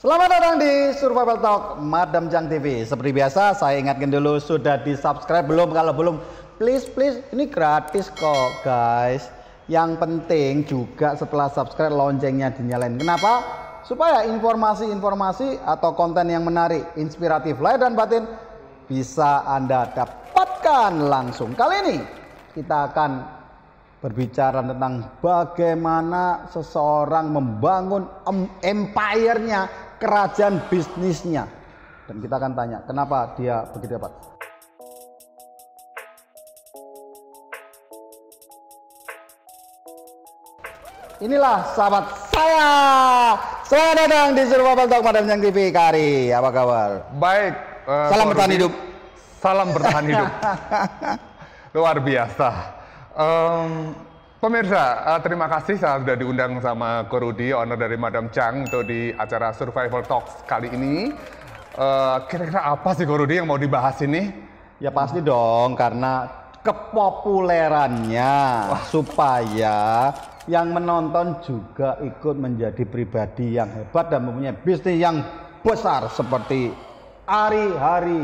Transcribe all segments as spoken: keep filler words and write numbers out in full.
Selamat datang di Survival Talk Madam Jang T V. Seperti biasa, saya ingatkan dulu, sudah di subscribe belum? Kalau belum, please please, ini gratis kok guys. Yang penting juga setelah subscribe loncengnya dinyalain. Kenapa? Supaya informasi-informasi atau konten yang menarik, inspiratif, lahir dan batin bisa Anda dapatkan langsung. Kali ini kita akan berbicara tentang bagaimana seseorang membangun empire-nya, kerajaan bisnisnya. Dan kita akan tanya, kenapa dia begitu hebat? Inilah sahabat saya. Selamat datang di Survival Talk Madam Jang T V. Kari, apa kabar? Baik. Uh, Salam bertahan hidup. Salam bertahan hidup. Luar biasa. Um, pemirsa, uh, terima kasih saya sudah diundang sama Ko Rudi, owner dari Madam Jang, untuk di acara Survival Talks kali ini. Kira-kira uh, apa sih Ko Rudi yang mau dibahas ini? Ya pasti dong, karena kepopulerannya. Wah. Supaya yang menonton juga ikut menjadi pribadi yang hebat dan mempunyai bisnis yang besar seperti Ari Hari.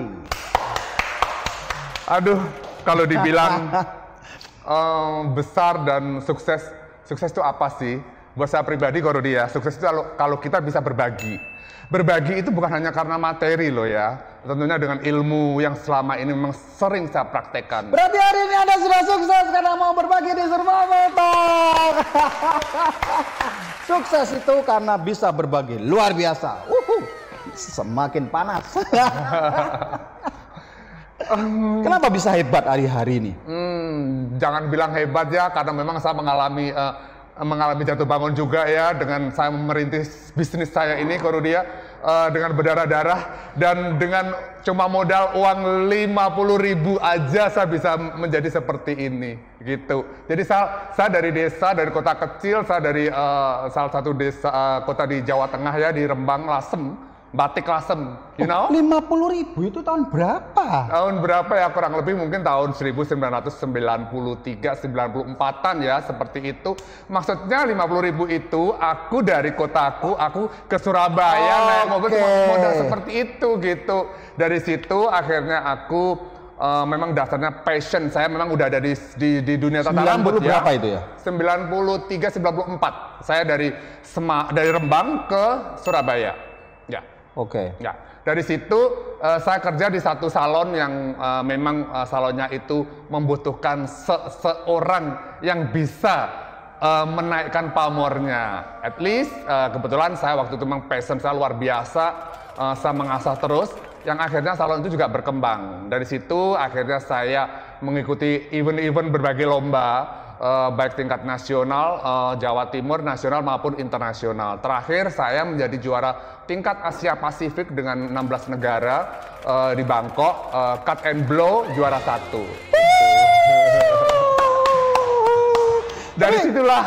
Aduh, kalau dibilang Um, besar dan sukses, sukses itu apa sih? Buat saya pribadi, Ko Rudi ya, sukses itu kalau, kalau kita bisa berbagi. Berbagi itu bukan hanya karena materi loh ya, tentunya dengan ilmu yang selama ini memang sering saya praktekkan. Berarti hari ini Anda sudah sukses karena mau berbagi di Survival Talk. Sukses itu karena bisa berbagi, luar biasa. Uhuh, semakin panas. Kenapa bisa hebat hari-hari ini? Hmm, jangan bilang hebat ya, karena memang saya mengalami uh, mengalami jatuh bangun juga ya dengan saya merintis bisnis saya ini, Ko Rudi ya, uh, dengan berdarah-darah dan dengan cuma modal uang lima puluh ribu aja saya bisa menjadi seperti ini, gitu. Jadi saya, saya dari desa, dari kota kecil, saya dari uh, salah satu desa uh, kota di Jawa Tengah ya, di Rembang, Lasem. Batik Lasem, you know? lima puluh ribu itu tahun berapa? Tahun berapa ya, kurang lebih mungkin tahun seribu sembilan ratus sembilan puluh tiga sembilan puluh empatan ya, seperti itu. Maksudnya lima puluh ribu itu aku dari kotaku, aku ke Surabaya oh, naik mobil okay. modal seperti itu gitu. Dari situ akhirnya aku uh, memang dasarnya passion saya memang udah ada di, di, di dunia tata rambut ya. Berapa itu ya? sembilan puluh tiga sembilan puluh empat. Saya dari Sema, dari Rembang ke Surabaya. Ya. Oke. Okay. Ya, dari situ uh, saya kerja di satu salon yang uh, memang uh, salonnya itu membutuhkan seseorang yang bisa uh, menaikkan pamornya. At least uh, kebetulan saya waktu itu memang passion saya luar biasa, uh, saya mengasah terus. Yang akhirnya salon itu juga berkembang. Dari situ akhirnya saya mengikuti event-event berbagai lomba. Uh, baik tingkat nasional, uh, Jawa Timur, nasional maupun internasional. Terakhir saya menjadi juara tingkat Asia Pasifik dengan enam belas negara uh, di Bangkok, uh, cut and blow juara satu. Dari situlah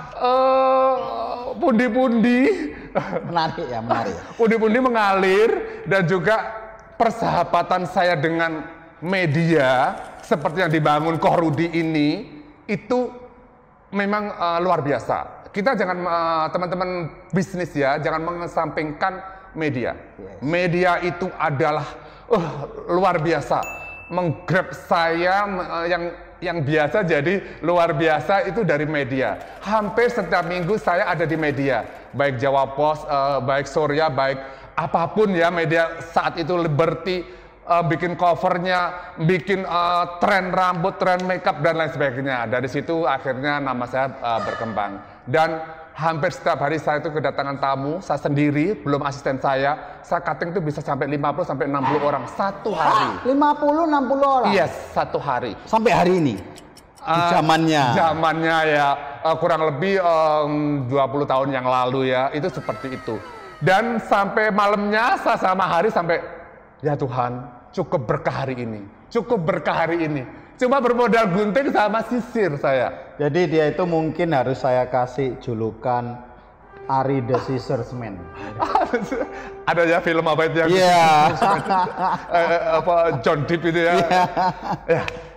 pundi-pundi uh, menarik ya, menarik. Pundi-pundi mengalir dan juga persahabatan saya dengan media seperti yang dibangun Ko Rudi ini. Itu memang uh, luar biasa. Kita jangan teman-teman uh, bisnis ya, jangan mengesampingkan media. Yes. Media itu adalah uh, luar biasa. Menggrab saya uh, yang yang biasa jadi luar biasa itu dari media. Hampir setiap minggu saya ada di media, baik Jawa Post, uh, baik Surya, baik apapun ya media saat itu, Liberty. Uh, bikin covernya, bikin uh, tren rambut, tren makeup dan lain sebagainya. Dari situ akhirnya nama saya uh, berkembang. Dan hampir setiap hari saya itu kedatangan tamu, saya sendiri, belum asisten saya. Saya cutting itu bisa sampai lima puluh sampai enam puluh orang satu hari. lima puluh enam puluh orang? Yes, satu hari. Sampai hari ini? Di zamannya? Uh, zamannya ya, uh, kurang lebih um, dua puluh tahun yang lalu ya, itu seperti itu. Dan sampai malamnya, saya sama hari sampai ya Tuhan, cukup berkah hari ini, cukup berkah hari ini. Cuma bermodal gunting sama sisir saya. Jadi dia itu mungkin harus saya kasih julukan Ari the Scissorsman. Ada ya film apa itu yang yeah. eh, apa John Depp itu ya. Yeah. Ya.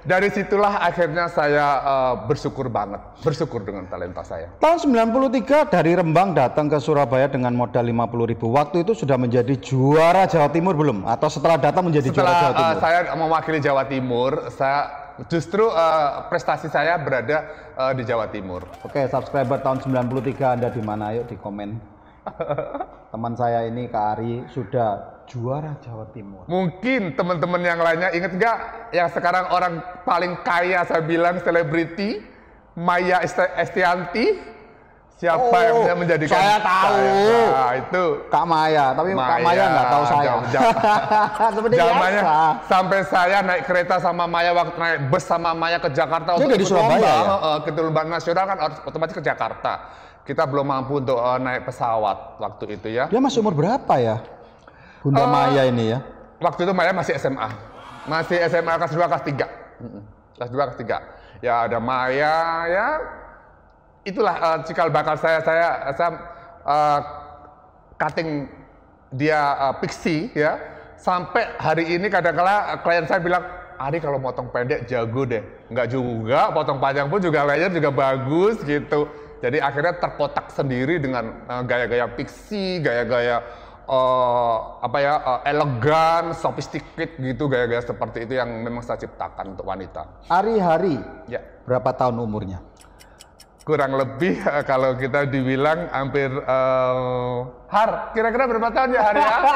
dari situlah akhirnya saya uh, bersyukur banget, bersyukur dengan talenta saya. Tahun sembilan puluh tiga dari Rembang datang ke Surabaya dengan modal lima puluh ribu. Waktu itu sudah menjadi juara Jawa Timur belum? Atau setelah datang menjadi setelah, juara Jawa Timur? Uh, saya mewakili Jawa Timur, saya justru uh, prestasi saya berada uh, di Jawa Timur. Oke, subscriber tahun sembilan puluh tiga Anda di mana? Ayo di komen. Teman saya ini Kak Ari sudah juara Jawa Timur. Mungkin teman-teman yang lainnya ingat nggak yang sekarang orang paling kaya saya bilang selebriti Maya Estianti? Siapa oh, yang menjadikan saya tahu saya? Nah, itu Kak Maya, tapi Maya, Kak Maya nggak tahu saya. Jam, jam, Seperti zamannya biasa. Sampai saya naik kereta sama Maya, waktu naik bus sama Maya ke Jakarta Dia untuk di Surabaya ya? uh, ke lomba nasional kan otomatis ke Jakarta. Kita belum mampu untuk uh, naik pesawat waktu itu ya. Dia masih umur berapa ya, Bunda uh, Maya ini ya? Waktu itu Maya masih S M A, masih S M A kelas dua kelas tiga, kelas dua kelas tiga. Ya ada Maya ya. Itulah uh, cikal bakal saya, saya, saya uh, cutting dia uh, pixie ya. Sampai hari ini kadang-kala uh, klien saya bilang, Ari kalau motong pendek jago deh. Enggak juga, potong panjang pun juga layer juga bagus gitu. Jadi akhirnya terkotak sendiri dengan uh, gaya-gaya pixie, gaya-gaya uh, apa ya uh, elegan, sophisticated gitu, gaya-gaya seperti itu yang memang saya ciptakan untuk wanita. Ari Hari, ya. Berapa tahun umurnya? Kurang lebih uh, kalau kita dibilang hampir uh, Har, kira-kira berapa tahun ya Hari ya?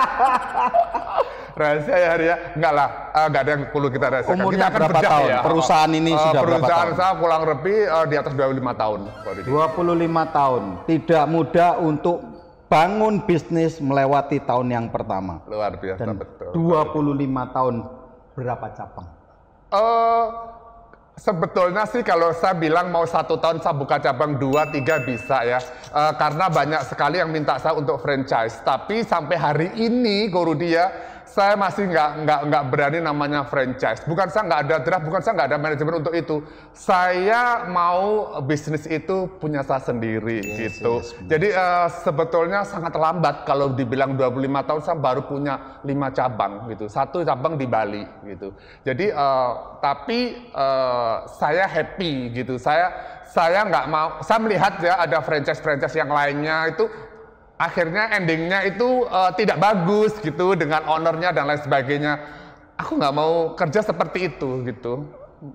Rahasia ya Hari ya? Enggak lah, uh, enggak ada yang perlu kita rahasiakan. Umurnya kita akan berapa tahun? Ya. Perusahaan ini uh, sudah berapa tahun? Perusahaan saya kurang lebih uh, di atas dua puluh lima tahun. dua puluh lima tahun. Tidak mudah untuk bangun bisnis melewati tahun yang pertama. Luar biasa, dan betul. dua puluh lima tahun, berapa cabang? Uh, Sebetulnya sih kalau saya bilang mau satu tahun saya buka cabang dua, tiga bisa ya. Uh, karena banyak sekali yang minta saya untuk franchise. Tapi sampai hari ini Ko Rudi ya, saya masih nggak nggak nggak berani namanya franchise. Bukan saya nggak ada draft, bukan saya nggak ada manajemen untuk itu. Saya mau bisnis itu punya saya sendiri yes, gitu. Yes, Jadi uh, sebetulnya sangat lambat kalau dibilang dua puluh lima tahun saya baru punya lima cabang gitu. Satu cabang di Bali gitu. Jadi uh, tapi uh, saya happy gitu. Saya saya nggak mau. Saya melihat ya ada franchise-franchise yang lainnya itu akhirnya endingnya itu uh, tidak bagus gitu dengan ownernya dan lain sebagainya. Aku nggak mau kerja seperti itu gitu.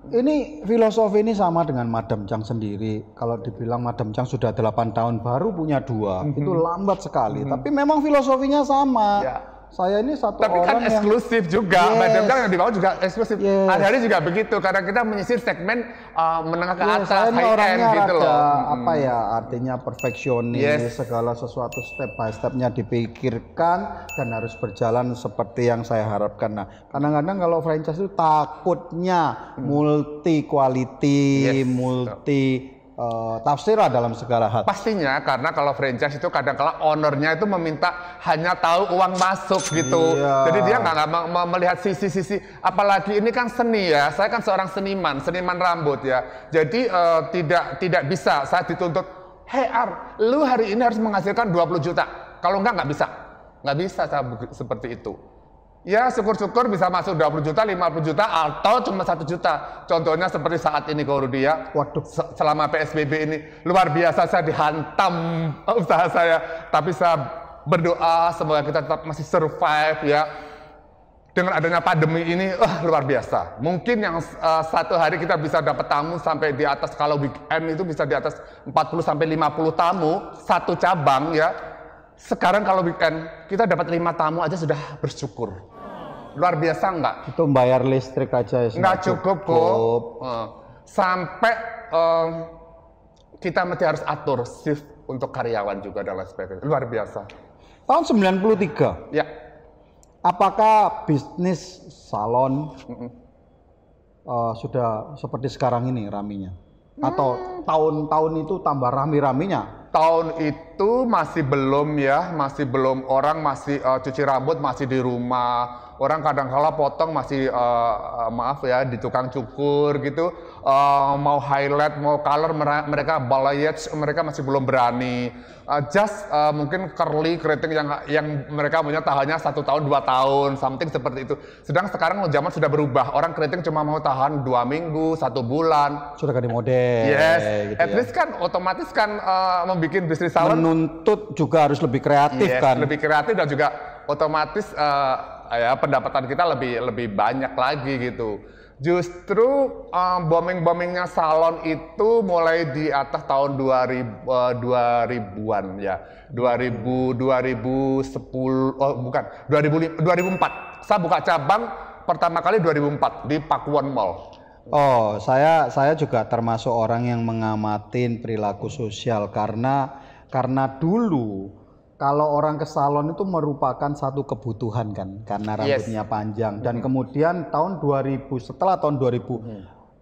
Ini filosofi ini sama dengan Madam Chang sendiri. Kalau dibilang Madam Chang sudah delapan tahun baru punya dua, mm-hmm. itu lambat sekali. Mm-hmm. Tapi memang filosofinya sama. Ya. Saya ini satu Tapi orang kan eksklusif yang... juga, yes. Madam Chang yang dibawa juga eksklusif. Yes. Hari-hari juga begitu, karena kita menyisir segmen uh, menengah ke yes, atas, high end gitu loh. Apa ya, artinya perfeksionis, yes. segala sesuatu step by stepnya dipikirkan dan harus berjalan seperti yang saya harapkan. Nah, kadang-kadang kalau franchise itu takutnya hmm. multi quality, yes. multi Uh, tafsir lah dalam segala hal. Pastinya karena kalau franchise itu kadang-kala ownernya itu meminta hanya tahu uang masuk gitu. Iya. Jadi dia nggak melihat sisi-sisi. Apalagi ini kan seni ya. Saya kan seorang seniman, seniman rambut ya. Jadi uh, tidak tidak bisa saya dituntut. Hey Ar, lu hari ini harus menghasilkan dua puluh juta. Kalau enggak nggak bisa, nggak bisa saya seperti itu. Ya syukur-syukur bisa masuk dua puluh juta, lima puluh juta, atau cuma satu juta. Contohnya seperti saat ini Ko Rudi ya. Waduh, selama P S B B ini luar biasa saya dihantam usaha saya. Tapi saya berdoa semoga kita tetap masih survive ya. Dengan adanya pandemi ini, uh, luar biasa. Mungkin yang uh, satu hari kita bisa dapat tamu sampai di atas, kalau weekend itu bisa di atas empat puluh sampai lima puluh tamu, satu cabang ya. Sekarang kalau weekend kita dapat lima tamu aja sudah bersyukur. Luar biasa enggak? Itu bayar listrik aja ya. Enggak cukup kok. Uh, sampai uh, kita mesti harus atur shift untuk karyawan juga dan lain sebagainya. Luar biasa. Tahun sembilan puluh tiga. Ya. Apakah bisnis salon mm -mm. Uh, sudah seperti sekarang ini raminya? Atau tahun-tahun hmm. itu tambah rami-raminya? Tahun itu masih belum ya, masih belum, orang masih uh, cuci rambut masih di rumah, orang kadang-kala potong masih uh, uh, maaf ya di tukang cukur gitu, uh, mau highlight, mau color mereka balayage mereka masih belum berani. Uh, just uh, mungkin curly keriting yang yang mereka punya tahannya satu tahun dua tahun something seperti itu. Sedang sekarang zaman sudah berubah, orang keriting cuma mau tahan dua minggu satu bulan. Sudah ganti model. Yes, gitu at ya. least kan otomatis kan uh, membuat bisnis salon menuntut juga harus lebih kreatif yes, kan. Lebih kreatif dan juga otomatis uh, ya pendapatan kita lebih lebih banyak lagi gitu. Justru um, booming-boomingnya salon itu mulai di atas tahun dua ribu, uh, dua ribuan ya. dua ribu, dua ribu sepuluh, oh bukan, dua ribu, dua ribu empat. Saya buka cabang pertama kali dua ribu empat di Pakuwon Mall. Oh, saya saya juga termasuk orang yang ngamatin perilaku sosial karena karena dulu kalau orang ke salon itu merupakan satu kebutuhan kan, karena rambutnya yes. panjang dan hmm. kemudian tahun dua ribu setelah tahun dua ribu hmm.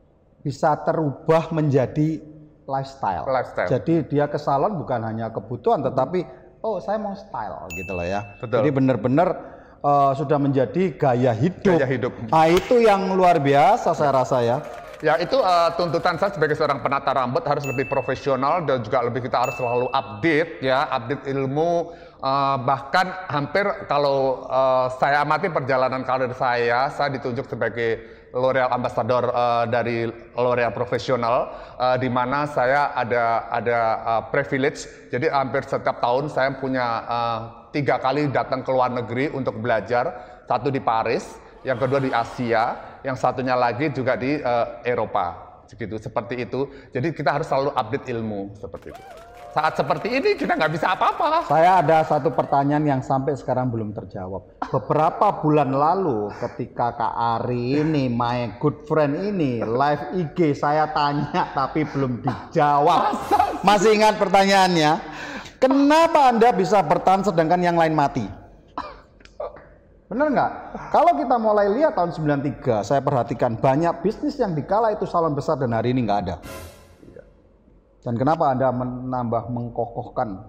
bisa terubah menjadi lifestyle. lifestyle. Jadi dia ke salon bukan hanya kebutuhan tetapi oh saya mau style gitu loh ya. Betul. Jadi benar-benar uh, sudah menjadi gaya hidup. Gaya hidup. Nah, itu yang luar biasa saya rasa ya. Ya itu uh, tuntutan saya sebagai seorang penata rambut harus lebih profesional dan juga lebih kita harus selalu update ya, update ilmu. Uh, bahkan hampir kalau uh, saya amati perjalanan karir saya, saya ditunjuk sebagai L'Oreal Ambassador uh, dari L'Oreal Profesional, uh, di mana saya ada ada uh, privilege. Jadi hampir setiap tahun saya punya uh, tiga kali datang ke luar negeri untuk belajar, satu di Paris, yang kedua di Asia, yang satunya lagi juga di uh, Eropa, segitu seperti itu. Jadi kita harus selalu update ilmu seperti itu. Saat seperti ini kita nggak bisa apa-apa. Saya ada satu pertanyaan yang sampai sekarang belum terjawab. Beberapa bulan lalu ketika Kak Ari ini, my good friend ini, live I G saya tanya tapi belum dijawab. Masih ingat pertanyaannya? Kenapa Anda bisa bertahan sedangkan yang lain mati? Bener nggak? Kalau kita mulai lihat tahun sembilan tiga, saya perhatikan banyak bisnis yang dikala itu salon besar dan hari ini nggak ada. Dan kenapa Anda menambah mengkokohkan?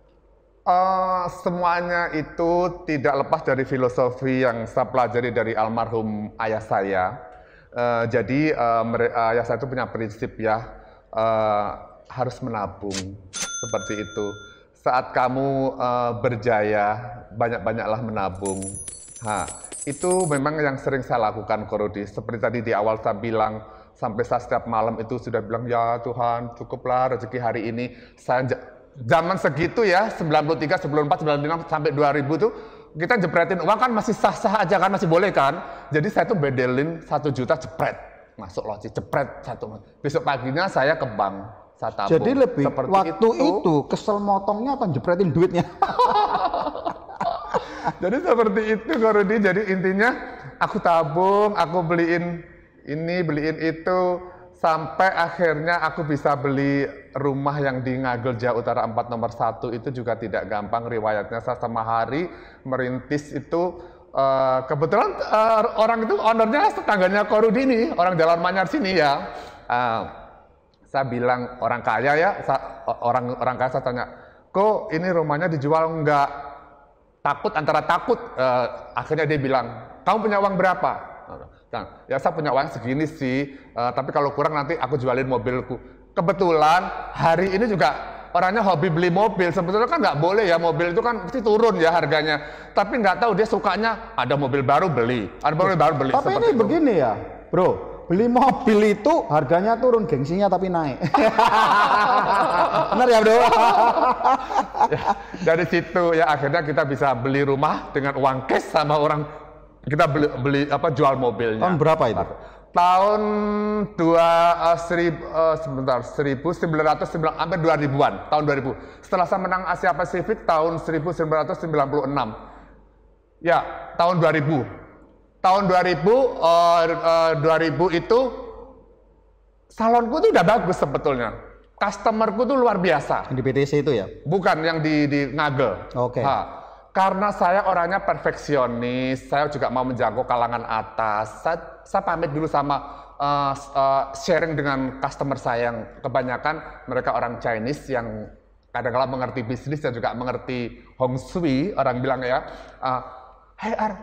Uh, semuanya itu tidak lepas dari filosofi yang saya pelajari dari almarhum ayah saya. Uh, jadi uh, ayah saya itu punya prinsip ya, uh, harus menabung seperti itu. Saat kamu uh, berjaya, banyak-banyaklah menabung. Nah, itu memang yang sering saya lakukan, Ko Rudi. Seperti tadi di awal saya bilang, sampai saya setiap malam itu sudah bilang, ya Tuhan, cukuplah rezeki hari ini. Saya zaman segitu ya, sembilan puluh tiga, sembilan puluh empat, sembilan puluh lima sampai dua ribu tuh, kita jepretin uang kan masih sah-sah aja kan, masih boleh kan. Jadi saya tuh bedelin satu juta jepret, masuk loci jepret satu. Besok paginya saya ke bank. Jadi lebih seperti waktu itu, itu kesel motongnya atau jepretin duitnya? Jadi seperti itu Ko Rudi. Jadi intinya aku tabung, aku beliin ini, beliin itu, sampai akhirnya aku bisa beli rumah yang di Ngagel Jawa Utara empat nomor satu. Itu juga tidak gampang riwayatnya. Saya sama Hari merintis itu uh, kebetulan uh, orang itu ownernya tetangganya Ko Rudi ini, orang Jalan Manyar sini ya. Uh, Saya bilang orang kaya ya, saya, orang orang kaya saya tanya, kok ini rumahnya dijual enggak? Takut antara takut, uh, akhirnya dia bilang, kamu punya uang berapa? Nah, ya saya punya uang segini sih, uh, tapi kalau kurang nanti aku jualin mobilku. Kebetulan hari ini juga orangnya hobi beli mobil, sebetulnya kan nggak boleh ya, mobil itu kan pasti turun ya harganya. Tapi nggak tahu dia sukanya ada mobil baru beli, ada mobil baru beli. Tapi ini itu. Begini ya, bro. Beli mobil itu harganya turun, gengsinya tapi naik. Benar ya bro? Ya, dari situ ya akhirnya kita bisa beli rumah dengan uang cash sama orang, kita beli, beli apa jual mobilnya. Tahun berapa itu? Tahun dua uh, seribu uh, sebentar seribu sembilan ratus sembilan hampir dua ribuan, tahun dua ribu. Setelah saya menang Asia Pasifik tahun seribu sembilan ratus sembilan puluh enam. Ya, tahun dua ribu. Tahun dua ribu, uh, uh, dua ribu itu salonku tuh udah bagus sebetulnya. Customerku tuh luar biasa. Di P T C itu ya? Bukan, yang di, di Ngagel. Oke. Okay. Karena saya orangnya perfeksionis, saya juga mau menjangkau kalangan atas. Saya, saya pamit dulu sama uh, uh, sharing dengan customer saya yang kebanyakan mereka orang Chinese yang kadang-kadang mengerti bisnis dan juga mengerti Hong Shui, orang bilang ya, uh, hey Ar,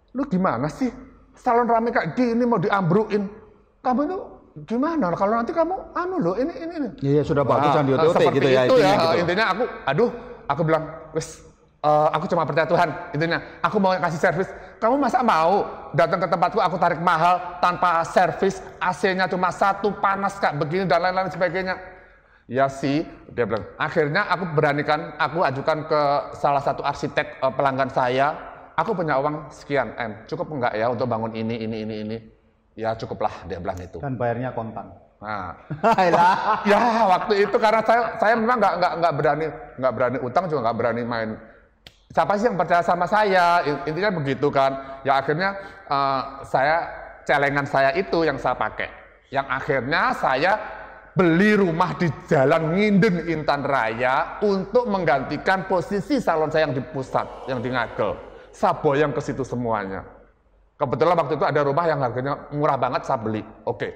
lu gimana sih? Salon rame kayak gini mau diambruin. Kamu itu gimana? Kalau nanti kamu anu loh, ini ini ini. Iya, sudah bagus yang di O T O T gitu ya. Itu ya, gitu. Intinya aku, aduh, aku bilang, wes, uh, aku cuma percaya Tuhan. Intinya, aku mau kasih servis. Kamu masa mau datang ke tempatku, aku tarik mahal tanpa servis, A C-nya cuma satu, panas kak, begini dan lain-lain sebagainya. Ya sih, dia bilang. Akhirnya aku beranikan, aku ajukan ke salah satu arsitek uh, pelanggan saya. Aku punya uang sekian M, cukup enggak ya untuk bangun ini, ini, ini, ini. Ya cukuplah, dia bilang itu. Dan bayarnya kontan. Nah, ya waktu itu karena saya saya memang nggak nggak nggak berani nggak berani utang juga nggak berani main. Siapa sih yang percaya sama saya? Intinya begitu kan. Ya akhirnya uh, saya celengan saya itu yang saya pakai. Yang akhirnya saya beli rumah di Jalan Nginden Intan Raya untuk menggantikan posisi salon saya yang di pusat, yang di Ngagel. Saya boyong ke situ semuanya. Kebetulan waktu itu ada rumah yang harganya murah banget, saya beli. Oke.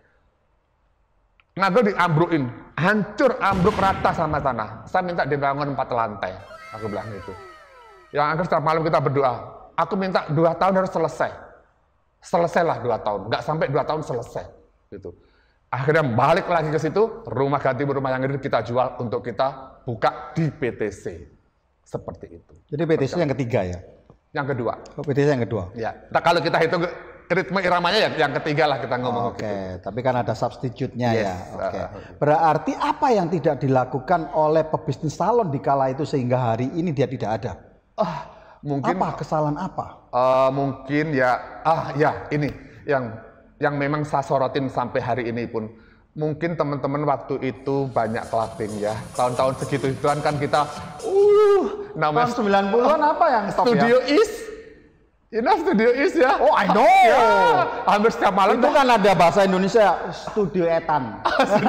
Ngagel diambruin, hancur, ambruk rata sama tanah. Saya minta dibangun empat lantai. Aku bilang gitu. Yang akhir setiap malam kita berdoa. Aku minta dua tahun harus selesai. Selesailah dua tahun. Nggak sampai dua tahun selesai. Gitu. Akhirnya balik lagi ke situ, rumah ganti rumah yang ini kita jual untuk kita buka di P T C. Seperti itu. Jadi P T C yang ketiga ya? Yang kedua. Oh, P T C yang kedua? Ya. Nah, kalau kita hitung ritme iramanya ya yang ketiga lah kita ngomong. Oke, okay. Gitu. Tapi kan ada substitute-nya yes. ya. Oke. Okay. Berarti apa yang tidak dilakukan oleh pebisnis salon di kala itu sehingga hari ini dia tidak ada? Ah, mungkin apa kesalahan apa? Uh, mungkin ya ah ya ini yang yang memang saya sorotin sampai hari ini pun. Mungkin teman-teman waktu itu banyak clubbing ya. Tahun-tahun segitu ituan kan kita uh namanya tahun sembilan puluhan apa yang stop Studio ya? Is. You know Studio Is ya? Oh, I know. Ya, hampir setiap malam itu kan ada bahasa Indonesia Studio Etan.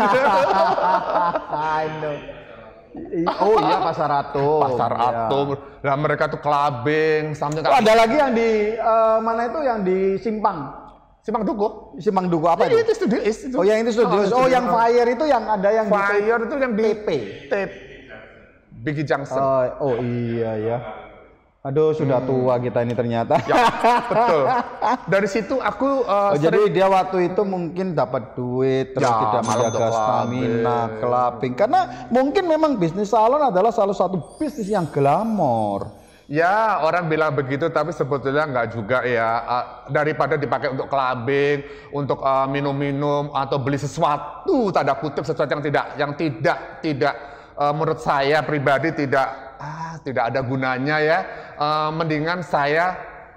I know. Oh iya Pasar Atom. Pasar Atom. Nah mereka tuh clubbing, sampai oh, ada lagi yang di uh, mana itu yang di Simpang. Simpang Duku? Simpang Duku apa ya, itu? Itu Studio Is itu. Oh yang itu Studio Is. Oh, oh yang Fire itu yang ada yang Fire di itu yang di T P. Biggie Junction. Oh, oh iya ya. Aduh sudah hmm. tua kita ini ternyata. Ya, betul. Dari situ aku uh, oh, jadi dia waktu itu mungkin dapat duit terus ya, tidak menjaga stamina, clubbing. Karena mungkin memang bisnis salon adalah salah satu bisnis yang glamor. Ya, orang bilang begitu, tapi sebetulnya nggak juga ya. Uh, daripada dipakai untuk clubbing, untuk minum-minum uh, atau beli sesuatu, tanda kutip sesuatu yang tidak, yang tidak, tidak uh, menurut saya pribadi tidak, ah, tidak ada gunanya ya. Uh, mendingan saya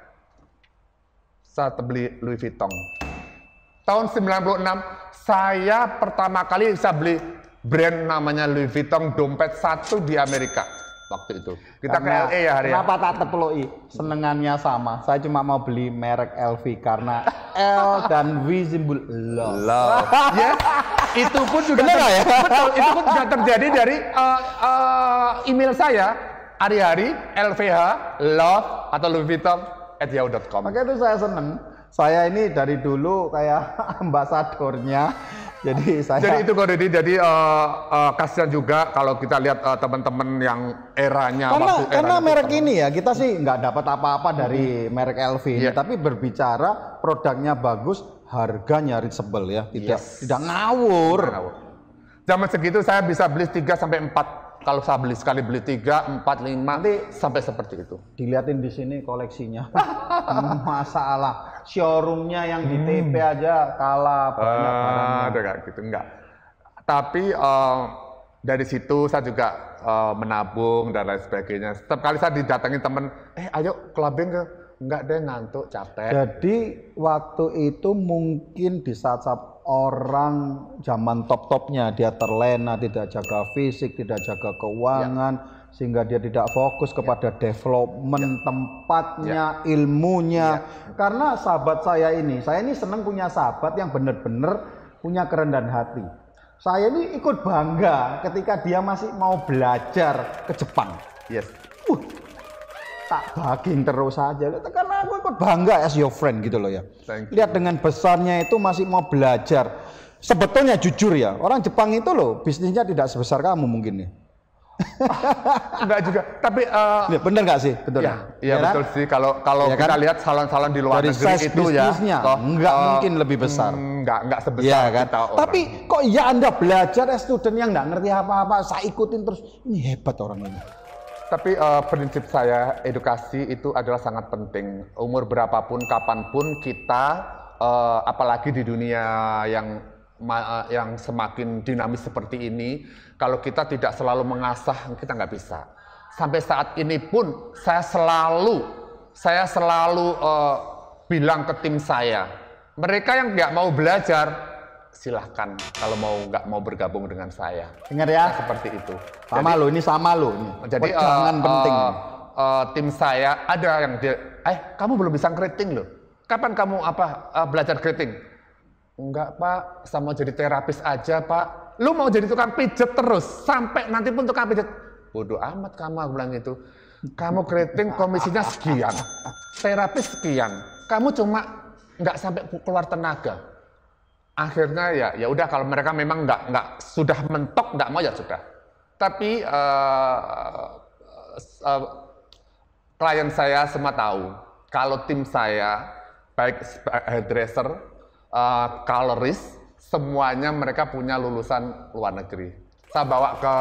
saat beli Louis Vuitton. Tahun sembilan puluh enam saya pertama kali bisa beli brand namanya Louis Vuitton dompet satu di Amerika. Waktu itu kita karena, ke L A ya hari kenapa tak tepeloi senengannya sama, saya cuma mau beli merek L V karena L dan V simbol love, love. Yes, itu pun juga benar ya betul, itu pun juga terjadi dari uh, uh, email saya hari-hari L V H love atau Louis Vuitton at yahoo dot com. Makanya itu saya seneng, saya ini dari dulu kayak ambasadornya. Jadi saya Jadi itu kok Deddy, jadi uh, uh, kasihan juga kalau kita lihat uh, teman-teman yang eranya karena, waktu karena eranya merek itu, ini ya kita sih nggak dapat apa-apa dari hmm. merek L V ini, yeah. tapi berbicara produknya bagus, harganya reasonable ya, tidak yes. tidak ngawur. ngawur. Zaman segitu saya bisa beli tiga sampai empat. Kalau saya beli sekali beli tiga, empat, lima, nanti sampai seperti itu. Dilihatin di sini koleksinya. Masalah showroomnya yang di T P aja kalah banyak uh, barangnya. Ada kayak gitu enggak. Tapi uh, dari situ saya juga uh, menabung dan lain sebagainya. Setiap kali saya didatangi teman, eh ayo clubbing ke, enggak deh ngantuk capek. Jadi waktu itu mungkin di saat-saat orang zaman top-topnya dia terlena, tidak jaga fisik, tidak jaga keuangan, ya. Sehingga dia tidak fokus kepada ya. development ya. tempatnya, ya. ilmunya. Ya. Karena sahabat saya ini, saya ini senang punya sahabat yang benar-benar punya kerendahan hati. Saya ini ikut bangga ketika dia masih mau belajar ke Jepang. Yes. Uh, tak baging terus saja karena aku ikut bangga as your friend gitu loh ya. Lihat dengan besarnya itu masih mau belajar. Sebetulnya jujur ya, orang Jepang itu loh bisnisnya tidak sebesar kamu mungkin ya. Enggak juga, tapi uh, ya, bener nggak sih? Betul ya, ya, ya betul kan? Sih. Kalau kalau ya, kita kan? lihat salon-salon di luar dari negeri itu ya, toh, nggak uh, mungkin lebih besar. Nggak nggak sebesar ya, kan? kita orang. Tapi kok ya Anda belajar ya student yang nggak ngerti apa-apa, saya ikutin terus, ini hebat orang ini. Tapi uh, prinsip saya edukasi itu adalah sangat penting. Umur berapapun, kapanpun kita, uh, apalagi di dunia yang yang semakin dinamis seperti ini, kalau kita tidak selalu mengasah, kita nggak bisa. Sampai saat ini pun saya selalu, saya selalu uh, bilang ke tim saya, mereka yang nggak mau belajar, silahkan kalau mau nggak mau bergabung dengan saya. Ingat ya, nah, seperti itu. Sama lo, ini sama lo. Jadi jangan uh, penting. Uh, uh, tim saya ada yang dia, eh kamu belum bisa keriting loh. Kapan kamu apa uh, belajar keriting? Enggak Pak, sama jadi terapis aja Pak. Lu mau jadi tukang pijet terus sampai nanti pun tukang pijet. Bodoh amat kamu, aku bilang gitu. Kamu keriting komisinya sekian, terapis sekian. Kamu cuma nggak sampai keluar tenaga. Akhirnya ya ya udah kalau mereka memang nggak nggak sudah mentok nggak mau ya sudah. Tapi uh, uh, klien saya semua tahu kalau tim saya baik hairdresser, Uh, coloris, semuanya mereka punya lulusan luar negeri. Saya bawa ke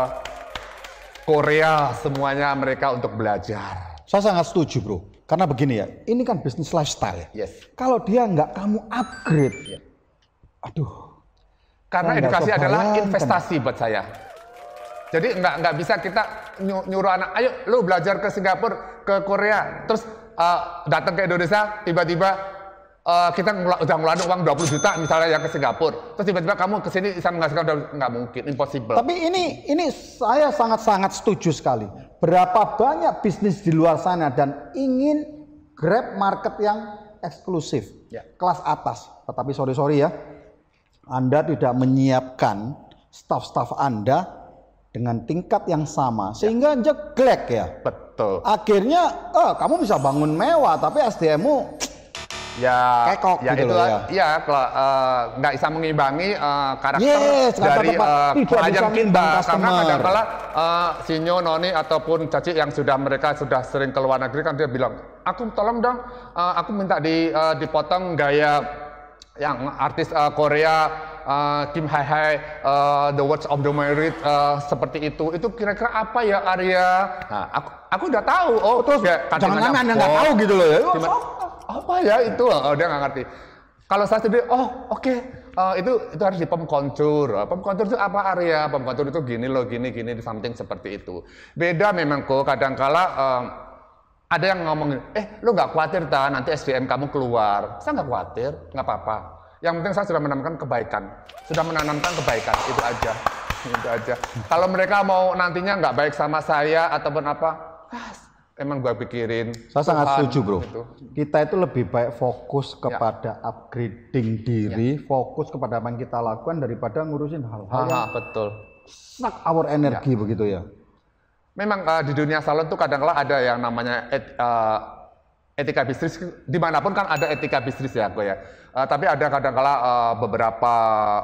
Korea, semuanya mereka untuk belajar. Saya sangat setuju bro, karena begini ya, ini kan bisnis lifestyle ya. Yes. Kalau dia nggak kamu upgrade, yeah. aduh. Karena edukasi adalah investasi buat saya. Jadi nggak nggak bisa kita nyuruh anak, ayo lu belajar ke Singapura, ke Korea, terus uh, datang ke Indonesia, tiba-tiba Uh, kita udah ngeluarin uang dua puluh juta misalnya yang ke Singapura, terus tiba-tiba kamu kesini bisa menghasilkan, nggak mungkin, impossible. Tapi ini ini saya sangat-sangat setuju sekali. Berapa banyak bisnis di luar sana dan ingin grab market yang eksklusif, ya. Kelas atas. Tetapi sorry sorry ya, Anda tidak menyiapkan staf-staf Anda dengan tingkat yang sama, sehingga ya. Jeglek ya. Betul. Akhirnya, oh, kamu bisa bangun mewah, tapi S D M-mu ya, kekok ya gitu itu loh, ya. Ya kalau nggak uh, bisa mengimbangi uh, karakter yes, dari uh, klien kita, karena kadang-kala uh, Sinyo, Noni ataupun Caci yang sudah mereka sudah sering ke luar negeri kan dia bilang, aku tolong dong, uh, aku minta di uh, dipotong gaya yang artis uh, Korea, uh, Kim Hai Hai, uh, The Words of the Merit, uh, seperti itu. Itu kira-kira apa ya Arya? Nah, aku aku udah tahu. Oh, terus ya, jangan Anda nggak tahu gitu loh ya. Apa ya itu? Oh, dia nggak ngerti. Kalau saya sendiri, oh oke, okay. uh, itu itu harus di pom kontur. Uh, pom kontur itu apa Arya? Pom kontur itu gini loh, gini gini, something seperti itu. Beda memang kok. Kadang-kala uh, ada yang ngomongin, eh lu nggak khawatir ta nanti S D M kamu keluar? Saya nggak khawatir, nggak apa-apa. Yang penting saya sudah menanamkan kebaikan, sudah menanamkan kebaikan, itu aja, itu aja. Kalau mereka mau nantinya nggak baik sama saya ataupun apa, ah, emang gua pikirin. Saya sangat Tuhan, setuju bro. gitu. Kita itu lebih baik fokus kepada ya. upgrading diri, ya. fokus kepada apa yang kita lakukan daripada ngurusin hal-hal yang betul. suck our energi ya. begitu ya. Memang uh, di dunia salon tuh kadang-kala ada yang namanya et, uh, etika bisnis. Dimanapun kan ada etika bisnis ya, gue ya. Uh, tapi ada kadang-kala uh, beberapa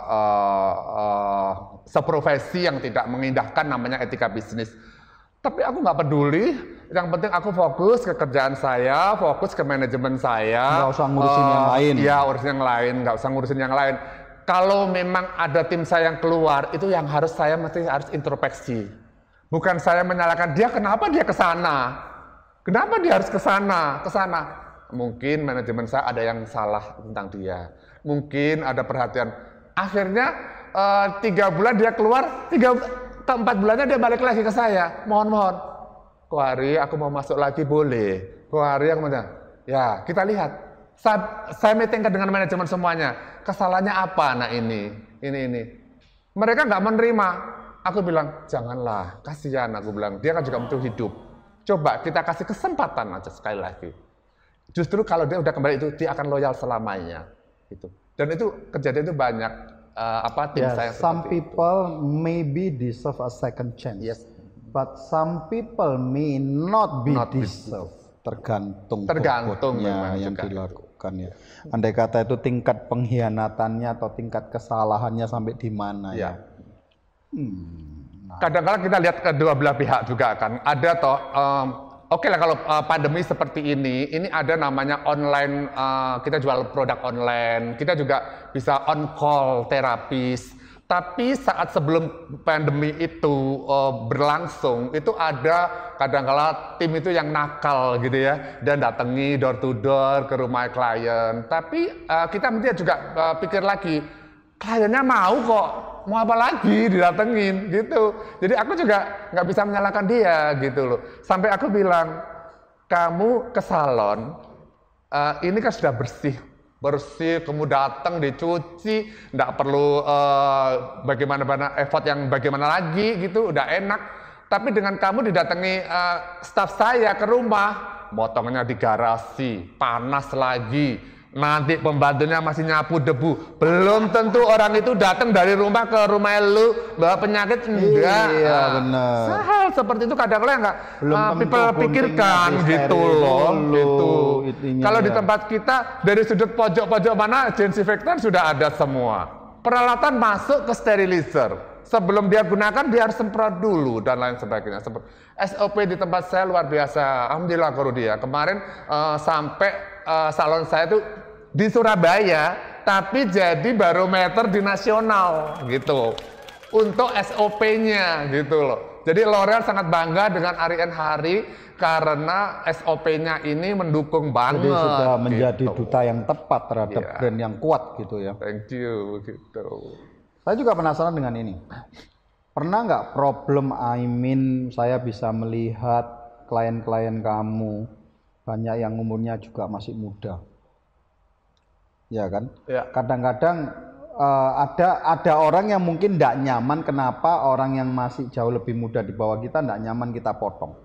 uh, uh, seprofesi yang tidak mengindahkan namanya etika bisnis. Tapi aku nggak peduli, yang penting aku fokus ke kerjaan saya, fokus ke manajemen saya. Nggak usah ngurusin uh, yang lain. Iya, urusin yang lain, nggak usah ngurusin yang lain. Kalau memang ada tim saya yang keluar, itu yang harus saya mesti harus introspeksi. Bukan saya menyalahkan dia, kenapa dia ke sana? Kenapa dia harus ke sana? Ke sana. Mungkin manajemen saya ada yang salah tentang dia. Mungkin ada perhatian. Akhirnya uh, tiga bulan dia keluar, tiga keempat bulannya dia balik lagi ke saya. Mohon mohon, Ko Hari aku mau masuk lagi boleh. Ko Hari aku mau, ya kita lihat. Saya, saya meetingkan dengan manajemen semuanya. Kesalahannya apa? Nah ini, ini, ini. Mereka nggak menerima. Aku bilang janganlah, kasihan. Aku bilang dia kan juga butuh hidup. Coba kita kasih kesempatan aja sekali lagi. Justru kalau dia udah kembali itu dia akan loyal selamanya. Gitu. Dan itu kejadian itu banyak. Uh, apa tim yeah, saya some people itu. maybe deserve a second chance, yes. but some people may not be not deserve. Tergantung tergantung yang juga. dilakukan ya. Andai kata itu tingkat pengkhianatannya atau tingkat kesalahannya sampai di mana ya. ya. Hmm, kadang-kadang kita lihat kedua belah pihak juga kan. Ada toh, um, oke okay lah kalau uh, pandemi seperti ini, ini ada namanya online, uh, kita jual produk online, kita juga bisa on call terapis. Tapi saat sebelum pandemi itu uh, berlangsung, itu ada kadang-kala tim itu yang nakal gitu ya, dan datangi door to door ke rumah klien. Tapi uh, kita mesti juga uh, pikir lagi, kliennya mau kok, mau apa lagi didatengin gitu. Jadi aku juga nggak bisa menyalahkan dia gitu loh. Sampai aku bilang, kamu ke salon, uh, ini kan sudah bersih. Bersih, kamu datang dicuci, nggak perlu uh, bagaimana effort yang bagaimana lagi gitu, udah enak. Tapi dengan kamu didatangi uh, staf saya ke rumah, motongnya di garasi, panas lagi. Nanti pembantunya masih nyapu debu. Belum tentu orang itu datang dari rumah ke rumah lu bawa penyakit, enggak. Iya, benar. Hal seperti itu kadang-kadang enggak uh, people pikirkan gitu loh, gitu. Kalau di tempat kita dari sudut pojok-pojok mana disinfektan sudah ada semua. Peralatan masuk ke sterilizer. Sebelum dia gunakan dia harus semprot dulu dan lain sebagainya. S O P di tempat saya luar biasa. Alhamdulillah Korudia. Kemarin uh, sampai uh, salon saya itu di Surabaya, tapi jadi barometer di nasional gitu untuk S O P-nya gitu loh. Jadi L'Oreal sangat bangga dengan Aryan Hari karena S O P-nya ini mendukung banget. Jadi sudah gitu. menjadi duta yang tepat terhadap yeah. brand yang kuat gitu ya. Thank you gitu. Saya juga penasaran dengan ini. Pernah nggak problem Aimin saya bisa melihat klien-klien kamu banyak yang umurnya juga masih muda. Ya kan? Ya. Kadang-kadang uh, ada ada orang yang mungkin tidak nyaman kenapa orang yang masih jauh lebih muda di bawah kita tidak nyaman kita potong.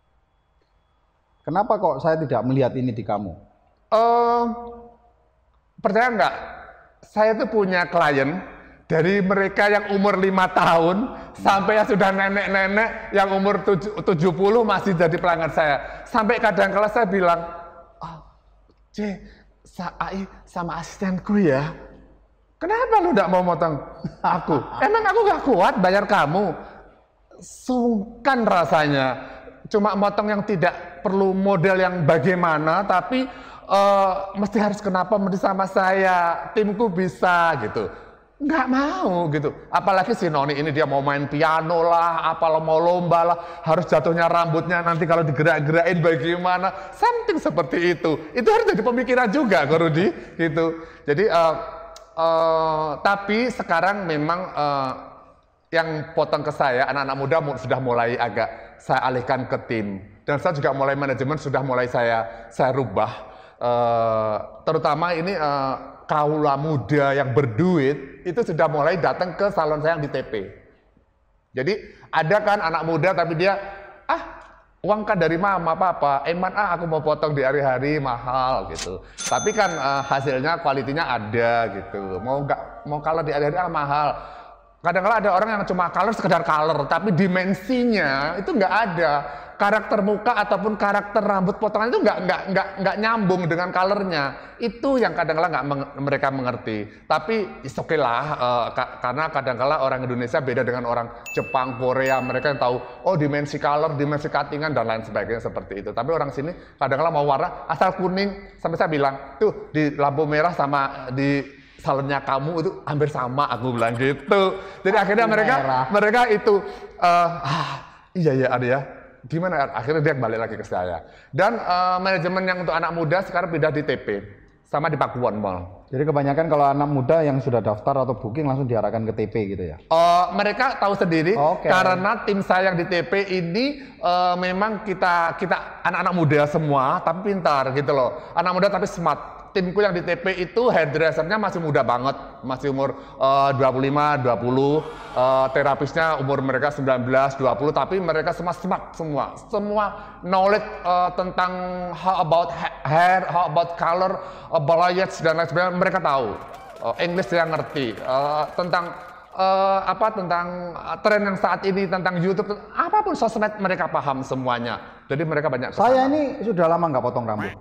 Kenapa kok saya tidak melihat ini di kamu? Uh, percaya nggak? Saya tuh punya klien dari mereka yang umur lima tahun sampai yang sudah nenek-nenek yang umur tujuh puluh masih jadi pelanggan saya. Sampai kadang-kala saya bilang, oh, C, Ai sama asistenku ya. Kenapa lu tidak mau motong aku? Emang aku gak kuat bayar kamu? Sungkan rasanya. Cuma motong yang tidak perlu model yang bagaimana, tapi uh, mesti harus kenapa mesti sama saya, timku bisa gitu. Nggak mau gitu. Apalagi si Noni ini dia mau main piano lah, apalah mau lomba lah, harus jatuhnya rambutnya nanti kalau digerak-gerakin bagaimana, something seperti itu. Itu harus jadi pemikiran juga, Korudi, gitu. Jadi, uh, uh, tapi sekarang memang uh, yang potong ke saya, anak-anak muda sudah mulai agak saya alihkan ke tim, dan saya juga mulai manajemen sudah mulai saya saya rubah, uh, terutama ini. Uh, kaula muda yang berduit itu sudah mulai datang ke salon saya yang di T P. Jadi ada kan anak muda tapi dia ah uang kan dari mama papa, eman ah aku mau potong di hari-hari mahal gitu. Tapi kan uh, hasilnya kualitinya ada gitu. Mau nggak mau kalau di hari-hari ah mahal. Kadang-kadang ada orang yang cuma color sekedar color, tapi dimensinya itu nggak ada. Karakter muka ataupun karakter rambut potongan itu nggak nggak nggak nggak nyambung dengan colornya. Itu yang kadang-kadang nggak meng, mereka mengerti. Tapi is okay lah, uh, ka, karena kadang-kadang orang Indonesia beda dengan orang Jepang, Korea. Mereka yang tahu, oh dimensi color, dimensi cuttingan dan lain sebagainya seperti itu. Tapi orang sini kadang-kadang mau warna asal kuning. Sampai saya bilang, tuh di lampu merah sama di salonnya kamu itu hampir sama, aku bilang gitu. Jadi akhirnya mereka merah. mereka itu uh, ah, iya ya ada ya. Gimana? Akhirnya dia balik lagi ke saya. Dan uh, manajemen yang untuk anak muda sekarang pindah di T P sama di Pakuwon Mall. Jadi kebanyakan kalau anak muda yang sudah daftar atau booking langsung diarahkan ke T P gitu ya? Uh, mereka tahu sendiri okay. Karena tim saya yang di T P ini uh, memang kita kita anak-anak muda semua tapi pintar gitu loh. Anak muda tapi smart. Timku yang di T P itu hairdressernya masih muda banget, masih umur uh, dua puluh lima, dua puluh, uh, terapisnya umur mereka sembilan belas, dua puluh, tapi mereka semua smart semua, semua knowledge uh, tentang how about hair, how about color, uh, balayage dan lain sebagainya mereka tahu, uh, English dia ngerti, uh, tentang uh, apa tentang uh, tren yang saat ini tentang YouTube, apapun sosmed mereka paham semuanya, jadi mereka banyak. Kesana. Saya ini sudah lama nggak potong rambut.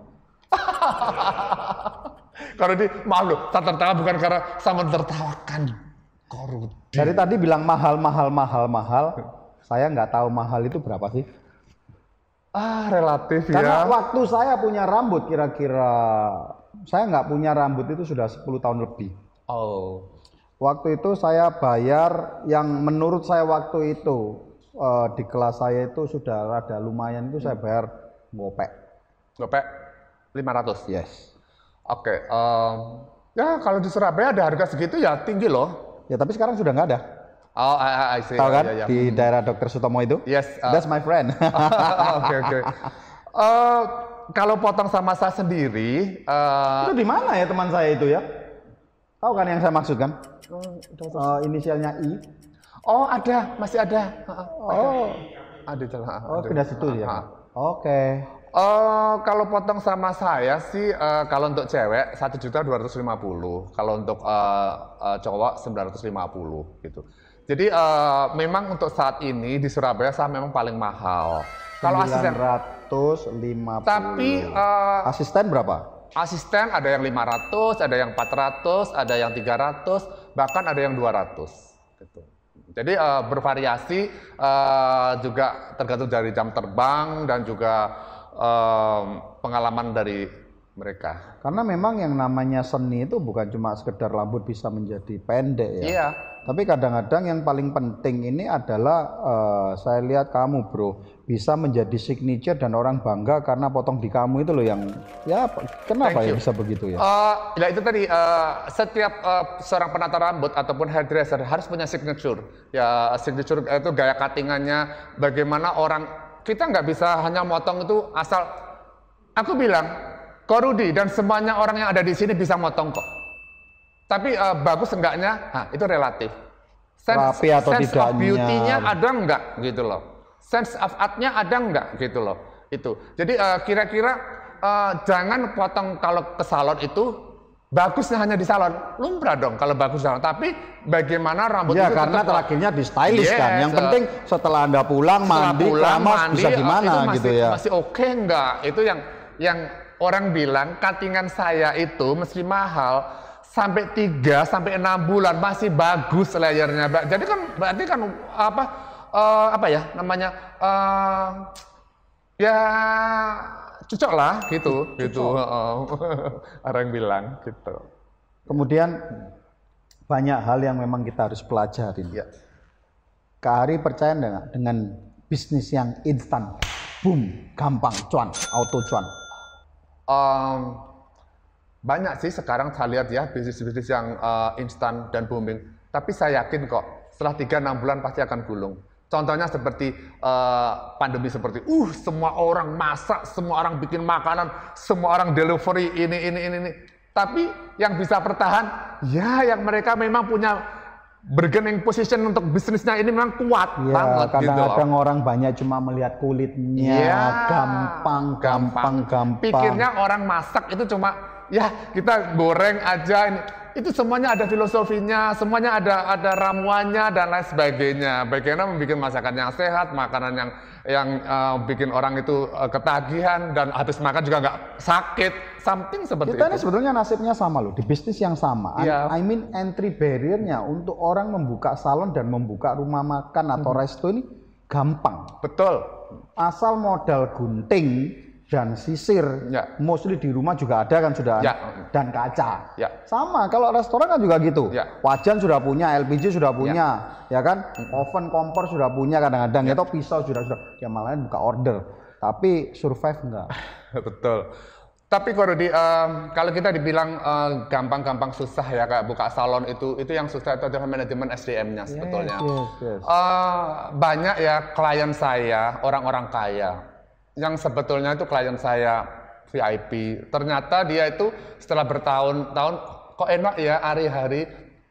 Karena di maaf loh, tak tertawa bukan karena sama tertawakan Korudi. Dari tadi bilang mahal, mahal, mahal, mahal. Saya nggak tahu mahal itu berapa sih? Ah, relatif Karena ya. waktu saya punya rambut kira-kira, saya nggak punya rambut itu sudah sepuluh tahun lebih. Oh. Waktu itu saya bayar yang menurut saya waktu itu uh, di kelas saya itu sudah rada lumayan itu saya bayar gopek. Gopek lima ratus. Yes. Oke, um, ya kalau di Surabaya ada harga segitu ya tinggi loh. Ya tapi sekarang sudah nggak ada. Oh, I, I see. Tahu kan oh, iya, iya. di daerah dokter Sutomo itu? Yes. Uh, That's my friend. Oke oke. Uh, Kalau potong sama saya sendiri, uh, itu di mana ya teman saya itu ya? Tahu kan yang saya maksud kan? Uh, inisialnya I. Oh ada, masih ada. Oh, Ada celah. oh pindah situ ya. Oke. Okay. Uh, kalau potong sama saya sih, uh, kalau untuk cewek satu juta dua ratus lima puluh, kalau untuk uh, uh, cowok sembilan ratus lima puluh gitu. Jadi uh, memang untuk saat ini di Surabaya saya memang paling mahal. Kalau asisten sembilan ratus lima puluh. Tapi uh, asisten berapa? Asisten ada yang lima ratus, ada yang empat ratus, ada yang tiga ratus, bahkan ada yang dua ratus gitu. Jadi uh, bervariasi, uh, juga tergantung dari jam terbang dan juga uh, pengalaman dari mereka. Karena memang yang namanya seni itu bukan cuma sekedar rambut bisa menjadi pendek ya. Iya. Tapi kadang-kadang yang paling penting ini adalah uh, saya lihat kamu bro bisa menjadi signature dan orang bangga karena potong di kamu itu loh yang ya kenapa ya bisa begitu ya? Uh, ya itu tadi uh, setiap uh, seorang penata rambut ataupun hairdresser harus punya signature. Ya signature itu gaya cuttingannya, bagaimana orang kita nggak bisa hanya motong itu asal. Aku bilang, Ko Rudi dan semuanya orang yang ada di sini bisa motong kok. Tapi uh, bagus enggaknya, nah, itu relatif. Sense, Rapi atau sense tidaknya. of beauty-nya ada enggak gitu loh. Sense of art-nya ada enggak gitu loh. Itu. Jadi uh, kira-kira uh, jangan potong kalau ke salon itu bagusnya hanya di salon. Lumrah dong kalau bagus di salon. Tapi bagaimana rambut ya, itu karena tetap, terakhirnya di stylist yes, kan. Yang uh, penting setelah Anda pulang mandi, pulang, keramas mandi, bisa gimana itu masih, gitu ya. Masih oke okay enggak? Itu yang yang orang bilang cuttingan saya itu meski mahal sampai tiga sampai enam bulan masih bagus layarnya. Jadi kan berarti kan apa uh, apa ya namanya uh, ya cocok lah gitu cocok. Gitu uh, orang bilang gitu. Kemudian banyak hal yang memang kita harus pelajarin. Ya. Kak Hari percaya enggak dengan bisnis yang instan, boom, gampang, cuan, auto cuan? Um, banyak sih sekarang saya lihat ya bisnis-bisnis yang uh, instan dan booming. Tapi saya yakin kok setelah tiga enam bulan pasti akan gulung. Contohnya seperti uh, pandemi seperti, uh semua orang masak, semua orang bikin makanan, semua orang delivery ini ini ini ini. Tapi yang bisa bertahan, ya yang mereka memang punya bargaining position untuk bisnisnya ini memang kuat ya, banget. Kadang-kadang gitu. Orang banyak cuma melihat kulitnya, ya, gampang, gampang, gampang. Pikirnya orang masak itu cuma ya kita goreng aja ini. Itu semuanya ada filosofinya, semuanya ada ada ramuannya dan lain sebagainya. Bagaimana membuat masakan yang sehat, makanan yang yang uh, bikin orang itu uh, ketagihan dan habis makan juga nggak sakit, something seperti Kita itu. ini sebetulnya nasibnya sama loh, di bisnis yang sama. Yeah. I mean entry barrier-nya untuk orang membuka salon dan membuka rumah makan atau hmm. resto ini gampang. Betul. Asal modal gunting dan sisir, ya. Mostly di rumah juga ada kan sudah, ya. Dan kaca. Ya. Sama, kalau restoran kan juga gitu. Ya. Wajan sudah punya, L P G sudah punya, ya, ya kan? Hmm. Oven, kompor sudah punya kadang-kadang, ya. Atau pisau sudah sudah. Ya malah buka order, tapi survive enggak. Betul. Tapi Ko Rudi, um, kalau kita dibilang gampang-gampang uh, susah ya kayak buka salon itu, itu yang susah itu adalah manajemen S D M-nya sebetulnya. Yes, yes, yes. Uh, banyak ya klien saya, orang-orang kaya. Yang sebetulnya itu klien saya V I P, ternyata dia itu setelah bertahun-tahun kok enak ya hari-hari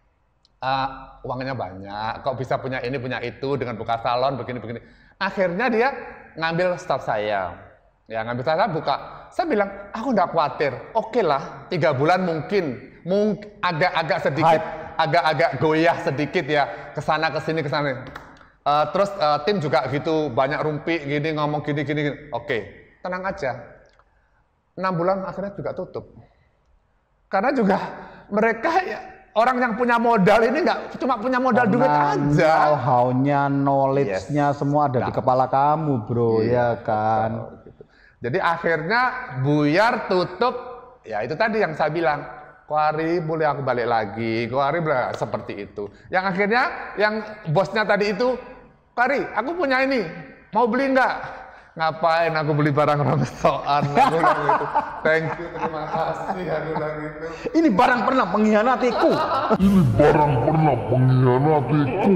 uh, uangnya banyak, kok bisa punya ini punya itu dengan buka salon begini-begini. Akhirnya dia ngambil staff saya, ya ngambil staff saya buka. Saya bilang aku nggak khawatir, oke okay lah tiga bulan mungkin, mungkin agak-agak sedikit, agak-agak goyah sedikit ya kesana kesini kesana. Uh, terus uh, tim juga gitu banyak rumpi gini ngomong gini gini, gini. Oke tenang aja, enam bulan akhirnya juga tutup karena juga mereka ya orang yang punya modal ini nggak cuma punya modal Karena duit aja. Know-how-nya, knowledge-nya yes. semua ada nah. di kepala kamu, bro, iya, ya kan. Betul, gitu. Jadi akhirnya buyar tutup, ya itu tadi yang saya bilang, Kohari boleh aku balik lagi, Kohari seperti itu. Yang akhirnya yang bosnya tadi itu, Kohari, aku punya ini, mau beli nggak? Ngapain aku beli barang rongsokan? Aku bilang gitu. Thank you, terima kasih. Aku bilang gitu. Ini barang pernah mengkhianatiku. Ini barang pernah mengkhianatiku.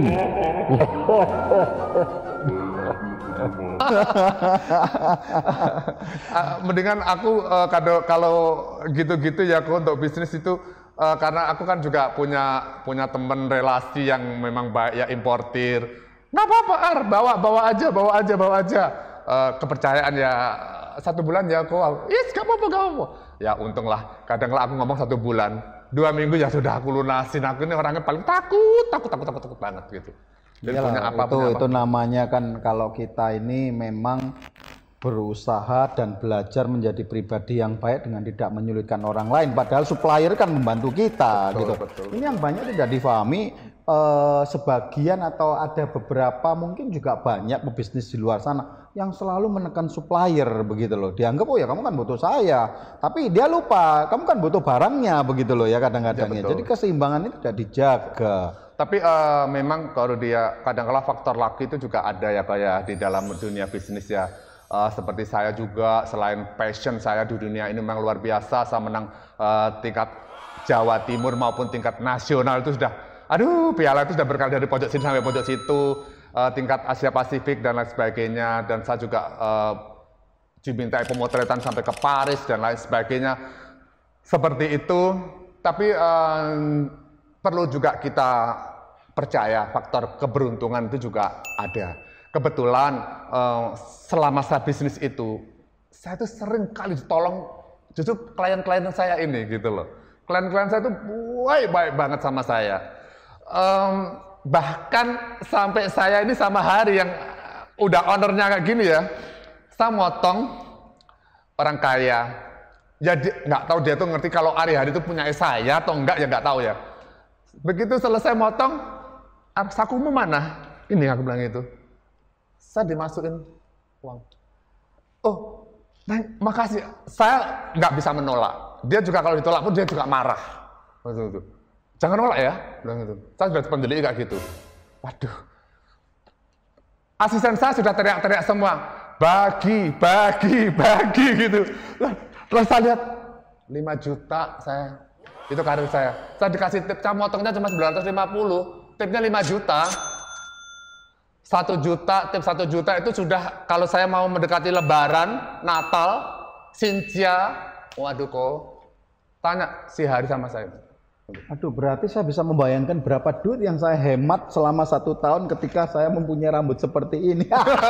Mendingan aku uh, kado, kalau gitu-gitu ya aku untuk bisnis itu uh, karena aku kan juga punya punya teman relasi yang memang baik ya importir. Nggak apa-apa, Ar, bawa bawa aja, bawa aja, bawa aja. Uh, kepercayaan ya satu bulan ya kok, yes gak apa-apa, gak apa-apa. Ya untunglah, kadanglah aku ngomong satu bulan, dua minggu ya sudah aku lunasin. Aku ini orangnya paling takut, takut, takut, takut, takut banget gitu. Jadi Iyalah, punya apa, itu punya itu apa. namanya kan kalau kita ini memang berusaha dan belajar menjadi pribadi yang baik dengan tidak menyulitkan orang lain. Padahal supplier kan membantu kita, betul, gitu. Betul. Ini yang banyak tidak difahami. Uh, sebagian atau ada beberapa mungkin juga banyak pebisnis di luar sana yang selalu menekan supplier begitu loh. Dianggap oh ya kamu kan butuh saya, tapi dia lupa kamu kan butuh barangnya begitu loh ya kadang-kadang ya. Jadi keseimbangan itu tidak dijaga. Tapi uh, memang kalau dia kadang-kala faktor lucky itu juga ada ya kayak di dalam dunia bisnis ya. Uh, seperti saya juga selain passion saya di dunia ini memang luar biasa. Saya menang uh, tingkat Jawa Timur maupun tingkat nasional itu sudah. Aduh, piala itu sudah berkali dari pojok sini sampai pojok situ, uh, tingkat Asia Pasifik dan lain sebagainya. Dan saya juga uh, dimintai pemotretan sampai ke Paris dan lain sebagainya. Seperti itu, tapi uh, perlu juga kita percaya faktor keberuntungan itu juga ada. Kebetulan uh, selama saya bisnis itu, saya itu sering kali ditolong justru klien-klien saya ini gitu loh. Klien-klien saya itu baik baik banget sama saya. Um, bahkan sampai saya ini sama Hari yang udah ownernya kayak gini ya, saya motong orang kaya. Jadi nggak tahu dia tuh ngerti kalau hari-hari itu punya saya atau enggak ya nggak tahu ya. Begitu selesai motong, sakumu mana? Ini aku bilang itu. Saya dimasukin uang. Oh, Neng, makasih. Saya nggak bisa menolak. Dia juga kalau ditolak pun dia juga marah. Betul itu. Jangan nolak ya, bilang gitu. Saya sudah pendeli kayak gitu. Waduh. Asisten saya sudah teriak-teriak semua. Bagi, bagi, bagi gitu. Terus saya lihat lima juta saya. Itu karir saya. Saya dikasih tip, saya motongnya cuma sembilan ratus lima puluh. Tipnya lima juta. satu juta, tip satu juta itu sudah kalau saya mau mendekati Lebaran, Natal, Sintia. Waduh kok. Tanya si Hari sama saya. Aduh, berarti saya bisa membayangkan berapa duit yang saya hemat selama satu tahun ketika saya mempunyai rambut seperti ini.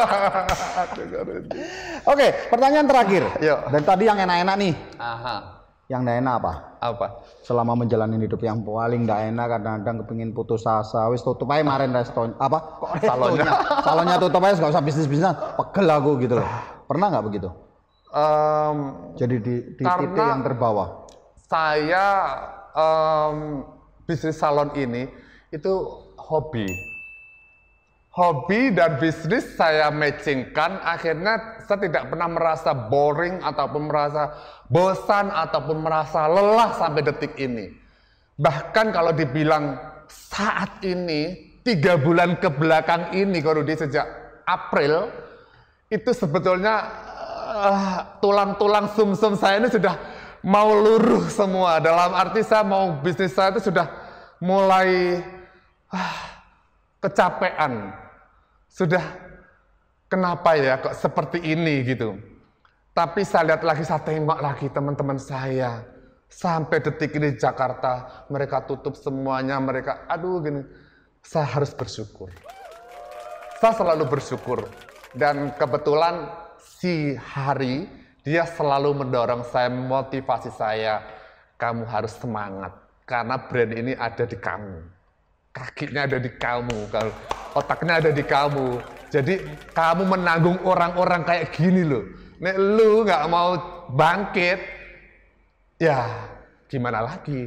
Oke, pertanyaan terakhir. Yuk. Dan tadi yang enak-enak nih. Aha. Yang enggak enak apa? Apa? Selama menjalani hidup yang paling enggak enak, kadang-kadang kepingin putus asa. Wis tutup aja kemarin restoran. Apa? Kok salonnya? Salonnya tutup aja, nggak usah bisnis-bisnis. Pegel aku gitu loh. Pernah nggak begitu? Um, Jadi di, di titik yang terbawa. Saya Um, bisnis salon ini itu hobi, hobi dan bisnis saya matchingkan. Akhirnya saya tidak pernah merasa boring ataupun merasa bosan ataupun merasa lelah sampai detik ini. Bahkan kalau dibilang saat ini tiga bulan ke belakang ini, kalau di sejak April itu sebetulnya tulang-tulang uh, sumsum saya ini sudah mau luruh semua. Dalam arti saya mau bisnis saya itu sudah mulai ah, kecapean. Sudah kenapa ya kok seperti ini gitu. Tapi saya lihat lagi, saya tengok lagi teman-teman saya. Sampai detik ini di Jakarta, mereka tutup semuanya, mereka aduh gini. Saya harus bersyukur. Saya selalu bersyukur. Dan kebetulan si Hari dia selalu mendorong saya, motivasi saya, kamu harus semangat. Karena brand ini ada di kamu. Kakinya ada di kamu, otaknya ada di kamu. Jadi kamu menanggung orang-orang kayak gini loh. Nek lu nggak mau bangkit, ya gimana lagi gitu.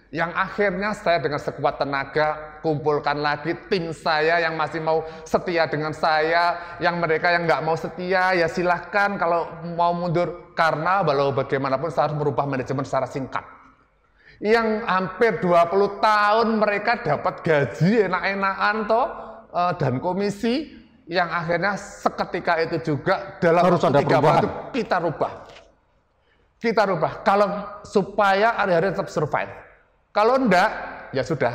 Yang akhirnya saya dengan sekuat tenaga kumpulkan lagi tim saya yang masih mau setia dengan saya, yang mereka yang nggak mau setia ya silahkan kalau mau mundur, karena walau bagaimanapun saya harus merubah manajemen secara singkat. Yang hampir dua puluh tahun mereka dapat gaji enak-enakan toh dan komisi, yang akhirnya seketika itu juga dalam harus ada tiga perubahan. itu kita rubah. Kita rubah kalau supaya hari-hari tetap survive. Kalau enggak, ya sudah.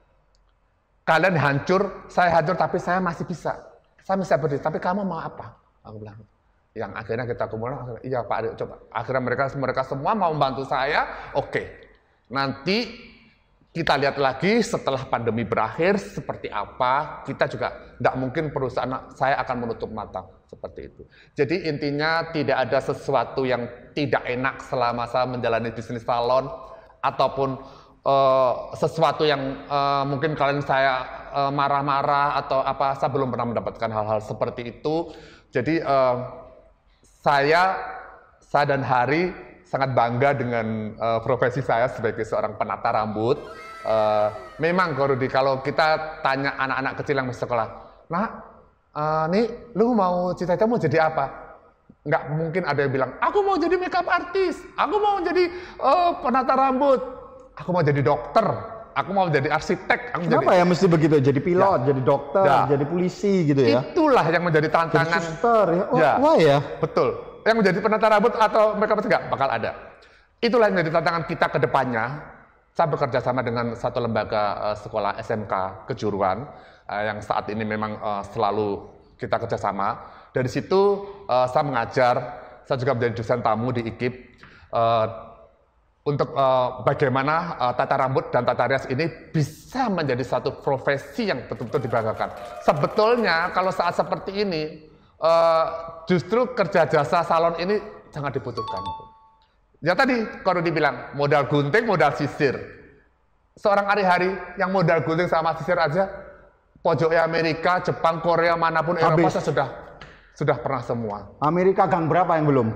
Kalian hancur, saya hancur, tapi saya masih bisa. Saya bisa berdiri, tapi kamu mau apa? Aku bilang. Yang akhirnya kita kumpulkan, iya Pak Adik, coba. Akhirnya mereka mereka semua mau membantu saya, oke. Nanti kita lihat lagi setelah pandemi berakhir, seperti apa. Kita juga enggak mungkin perusahaan saya akan menutup mata. Seperti itu. Jadi intinya tidak ada sesuatu yang tidak enak selama saya menjalani bisnis salon, ataupun Uh, sesuatu yang uh, mungkin kalian saya marah-marah uh, atau apa, saya belum pernah mendapatkan hal-hal seperti itu. Jadi uh, saya, saya dan Hari sangat bangga dengan uh, profesi saya sebagai seorang penata rambut. Uh, memang Korudi, kalau kita tanya anak-anak kecil yang masih sekolah, nah, uh, nih, lu mau cita-cita mau jadi apa? Nggak mungkin ada yang bilang, aku mau jadi makeup artist, aku mau jadi uh, penata rambut. Aku mau jadi dokter, aku mau jadi arsitek. Aku Kenapa jadi... ya mesti begitu? Jadi pilot, ya. jadi dokter, ya. jadi polisi gitu ya? Itulah yang menjadi tantangan. Jadi suster ya? Oh, ya. Wah ya? Betul. Yang menjadi penata rambut atau makeup artist nggak bakal ada. Itulah yang menjadi tantangan kita ke depannya. Saya bekerja sama dengan satu lembaga uh, sekolah S M K kejuruan uh, yang saat ini memang uh, selalu kita kerjasama. Dari situ uh, saya mengajar, saya juga menjadi dosen tamu di I K I P. Uh, untuk uh, bagaimana uh, tata rambut dan tata rias ini bisa menjadi satu profesi yang betul-betul dibanggakan. Sebetulnya kalau saat seperti ini, uh, justru kerja jasa salon ini sangat dibutuhkan. Ya tadi, kalau dibilang modal gunting, modal sisir. Seorang hari-hari yang modal gunting sama sisir aja, pojoknya Amerika, Jepang, Korea, manapun Eropa saya sudah Sudah pernah semua. Amerika gang berapa yang belum?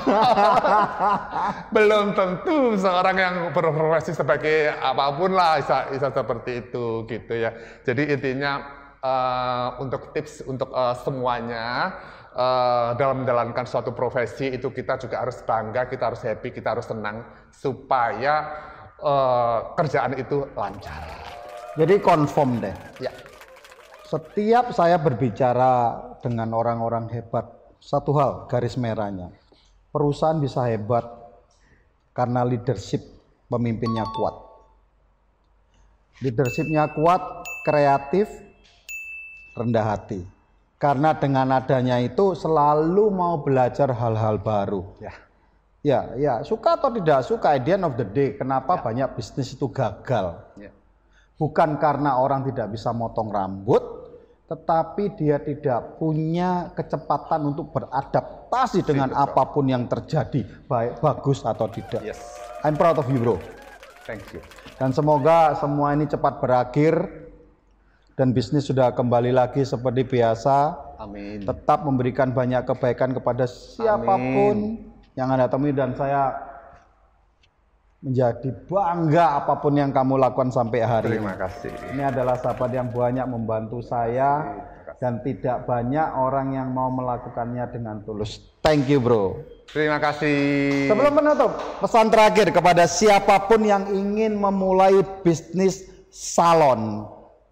Belum tentu seorang yang berprofesi sebagai apapun lah bisa, bisa seperti itu gitu ya. Jadi intinya uh, untuk tips untuk uh, semuanya uh, dalam menjalankan suatu profesi itu kita juga harus bangga, kita harus happy, kita harus senang supaya uh, kerjaan itu lancar. Jadi confirm deh. Ya. Setiap saya berbicara dengan orang-orang hebat, satu hal garis merahnya, perusahaan bisa hebat karena leadership pemimpinnya kuat. Leadershipnya kuat, kreatif, rendah hati. Karena dengan adanya itu selalu mau belajar hal-hal baru. Ya. Ya, ya, suka atau tidak suka, at the end of the day, kenapa ya. banyak bisnis itu gagal? Ya. Bukan karena orang tidak bisa motong rambut, tetapi dia tidak punya kecepatan untuk beradaptasi dengan bro. apapun yang terjadi, baik bagus atau tidak. Yes. I'm proud of you, bro. Thank you. Dan semoga semua ini cepat berakhir dan bisnis sudah kembali lagi seperti biasa. Amin. Tetap memberikan banyak kebaikan kepada siapapun Amin. yang Anda temui, dan saya menjadi bangga apapun yang kamu lakukan sampai hari Terima ini. kasih. Ini adalah sahabat yang banyak membantu saya dan tidak banyak orang yang mau melakukannya dengan tulus. Thank you, bro. Terima kasih. Sebelum menutup, pesan terakhir kepada siapapun yang ingin memulai bisnis salon.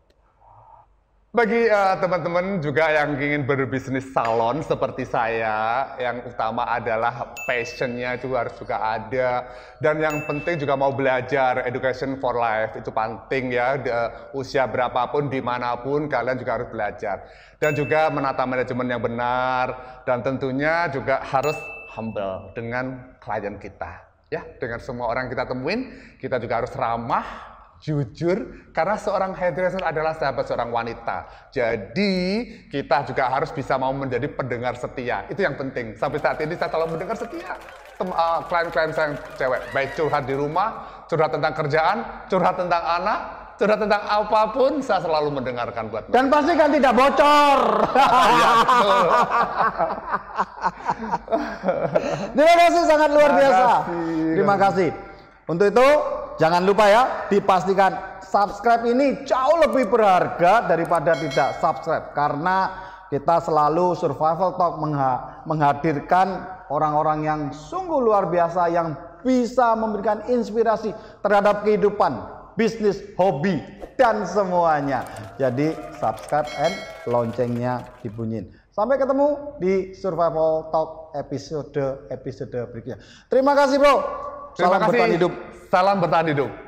Bagi teman-teman uh, juga yang ingin berbisnis salon seperti saya, yang utama adalah passionnya itu harus juga ada, dan yang penting juga mau belajar education for life, itu penting ya, di, uh, usia berapapun dimanapun kalian juga harus belajar, dan juga menata manajemen yang benar, dan tentunya juga harus humble dengan klien kita, ya, dengan semua orang yang kita temuin kita juga harus ramah, jujur, karena seorang hairdresser adalah sahabat seorang wanita. Jadi kita juga harus bisa mau menjadi pendengar setia. Itu yang penting. Sampai saat ini saya selalu mendengar setia. Klien-klien saya yang cewek, baik curhat di rumah, curhat tentang kerjaan, curhat tentang anak, curhat tentang apapun, saya selalu mendengarkan buat mereka. Dan pasti kan tidak bocor. Iya, betul. Terima kasih, sangat luar Terima biasa. kasih. Terima kasih. Untuk itu jangan lupa ya, dipastikan subscribe ini jauh lebih berharga daripada tidak subscribe. Karena kita selalu Survival Talk mengha menghadirkan orang-orang yang sungguh luar biasa yang bisa memberikan inspirasi terhadap kehidupan, bisnis, hobi, dan semuanya. Jadi subscribe and loncengnya dibunyiin. Sampai ketemu di Survival Talk episode episode berikutnya. Terima kasih bro. Terima Salam kasih. bertahan hidup. Salam bertahan hidup.